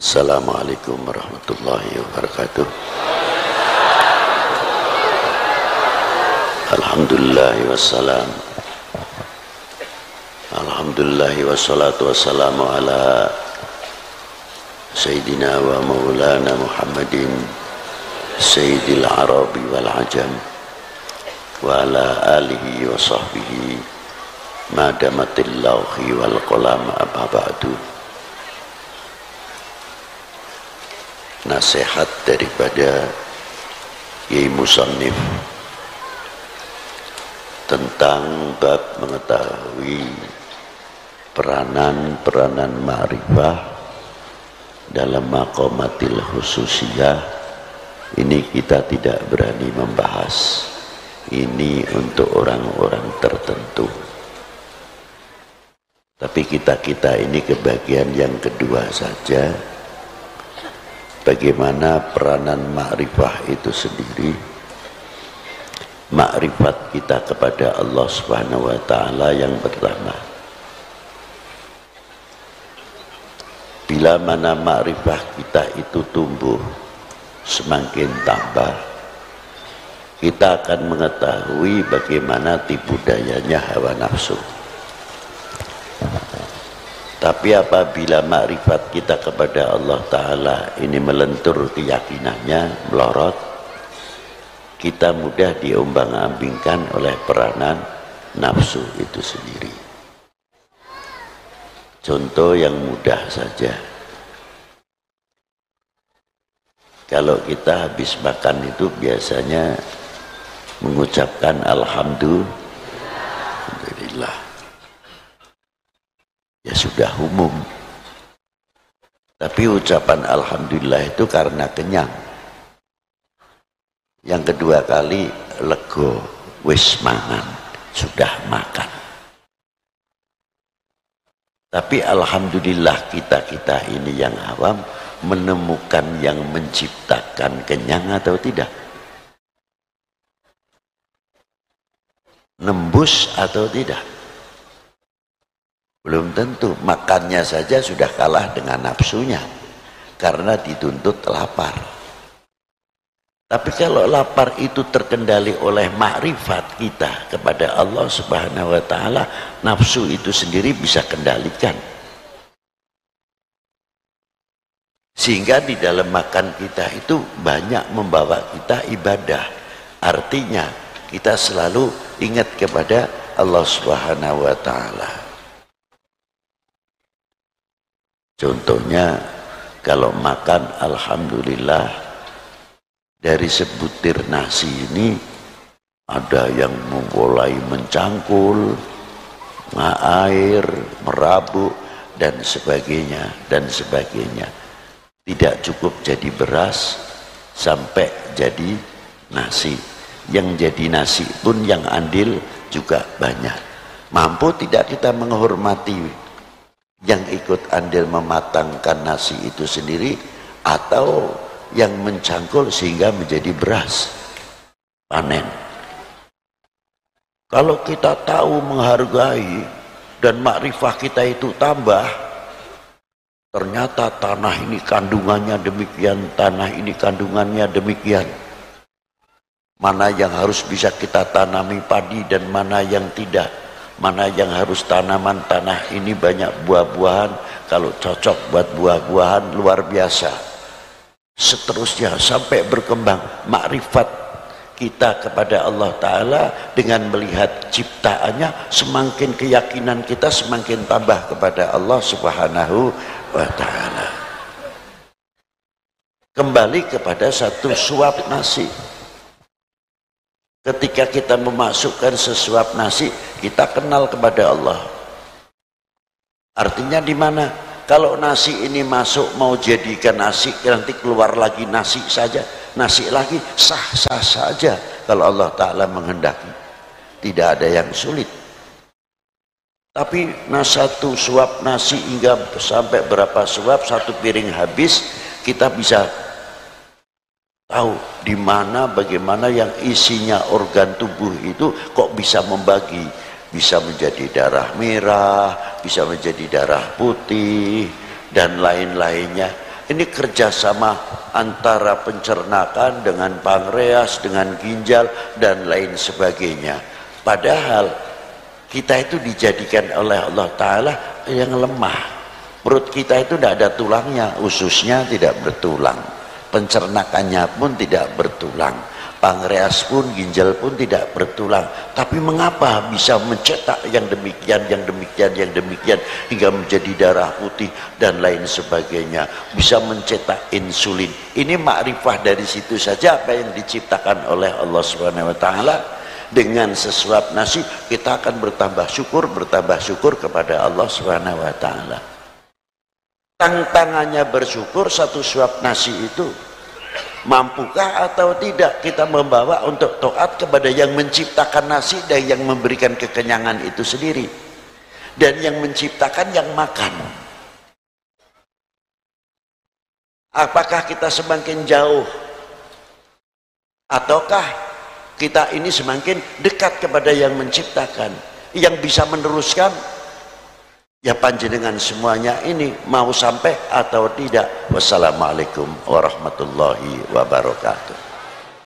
Assalamualaikum warahmatullahi wabarakatuh. Alhamdulillah wassalam. Alhamdulillah wassalatu wassalamu ala Sayyidina wa maulana Muhammadin Sayyidil Arabi wal Ajam wa ala alihi wa sahbihi madamatil lawhi wal qalam amma ba'du. Nasihat daripada Kiai Musannif tentang bab mengetahui peranan ma'rifah dalam maqamatil khususiyah. Ini kita tidak berani membahas, ini untuk orang-orang tertentu. Tapi kita ini kebagian yang kedua saja. Bagaimana peranan ma'rifah itu sendiri, ma'rifat kita kepada Allah Subhanahu wa ta'ala yang pertama. Bila mana ma'rifah kita itu tumbuh, semakin tambah, kita akan mengetahui bagaimana tipu dayanya hawa nafsu. Tapi apabila makrifat kita kepada Allah Ta'ala ini melentur keyakinannya, melorot, kita mudah diombang-ambingkan oleh peranan nafsu itu sendiri. Contoh yang mudah saja. Kalau kita habis makan itu biasanya mengucapkan Alhamdulillah. Ya sudah umum. Tapi ucapan Alhamdulillah itu karena kenyang. Yang kedua kali lego, wis mangan, sudah makan. Tapi Alhamdulillah kita ini yang awam menemukan yang menciptakan kenyang atau tidak? Nembus atau tidak? Belum tentu. Makannya saja sudah kalah dengan nafsunya karena dituntut lapar. Tapi kalau lapar itu terkendali oleh makrifat kita kepada Allah Subhanahu wa ta'ala, nafsu itu sendiri bisa kendalikan. Sehingga di dalam makan kita itu banyak membawa kita ibadah. Artinya kita selalu ingat kepada Allah Subhanahu wa ta'ala. Contohnya kalau makan Alhamdulillah, dari sebutir nasi ini ada yang mulai mencangkul, ngair, merabuk dan sebagainya dan sebagainya. Tidak cukup jadi beras sampai jadi nasi. Yang jadi nasi pun yang andil juga banyak. Mampu tidak kita menghormati yang ikut andil mematangkan nasi itu sendiri, atau yang mencangkul sehingga menjadi beras panen? Kalau kita tahu menghargai dan makrifah kita itu tambah, ternyata tanah ini kandungannya demikian, tanah ini kandungannya demikian, mana yang harus bisa kita tanami padi dan mana yang tidak, mana yang harus tanaman tanah ini banyak buah-buahan, kalau cocok buat buah-buahan luar biasa. Seterusnya sampai berkembang makrifat kita kepada Allah Ta'ala dengan melihat ciptaannya, semakin keyakinan kita semakin tambah kepada Allah Subhanahu wa ta'ala. Kembali kepada satu suap nasi. Ketika kita memasukkan sesuap nasi, kita kenal kepada Allah. Artinya di mana? Kalau nasi ini masuk mau jadikan nasi, nanti keluar lagi nasi saja, nasi lagi, sah-sah saja kalau Allah Ta'ala menghendaki. Tidak ada yang sulit. Tapi satu suap nasi hingga sampai berapa suap, satu piring habis, kita bisa tahu di mana bagaimana yang isinya organ tubuh itu kok bisa membagi, bisa menjadi darah merah, bisa menjadi darah putih dan lain-lainnya. Ini kerjasama antara pencernaan dengan pankreas, dengan ginjal dan lain sebagainya. Padahal kita itu dijadikan oleh Allah Ta'ala yang lemah. Perut kita itu tidak ada tulangnya, ususnya tidak bertulang, pencernaannya pun tidak bertulang, pankreas pun, ginjal pun tidak bertulang. Tapi mengapa bisa mencetak yang demikian, yang demikian, yang demikian hingga menjadi darah putih dan lain sebagainya, bisa mencetak insulin. Ini makrifah dari situ saja apa yang diciptakan oleh Allah Subhanahu wa taala. Dengan sesuap nasi kita akan bertambah syukur kepada Allah Subhanahu wa taala. Tantangannya bersyukur, satu suap nasi itu mampukah atau tidak kita membawa untuk taat kepada yang menciptakan nasi dan yang memberikan kekenyangan itu sendiri, dan yang menciptakan yang makan. Apakah kita semakin jauh ataukah kita ini semakin dekat kepada yang menciptakan, yang bisa meneruskan? Ya panjenengan semuanya ini mau sampai atau tidak. Wassalamualaikum warahmatullahi wabarakatuh.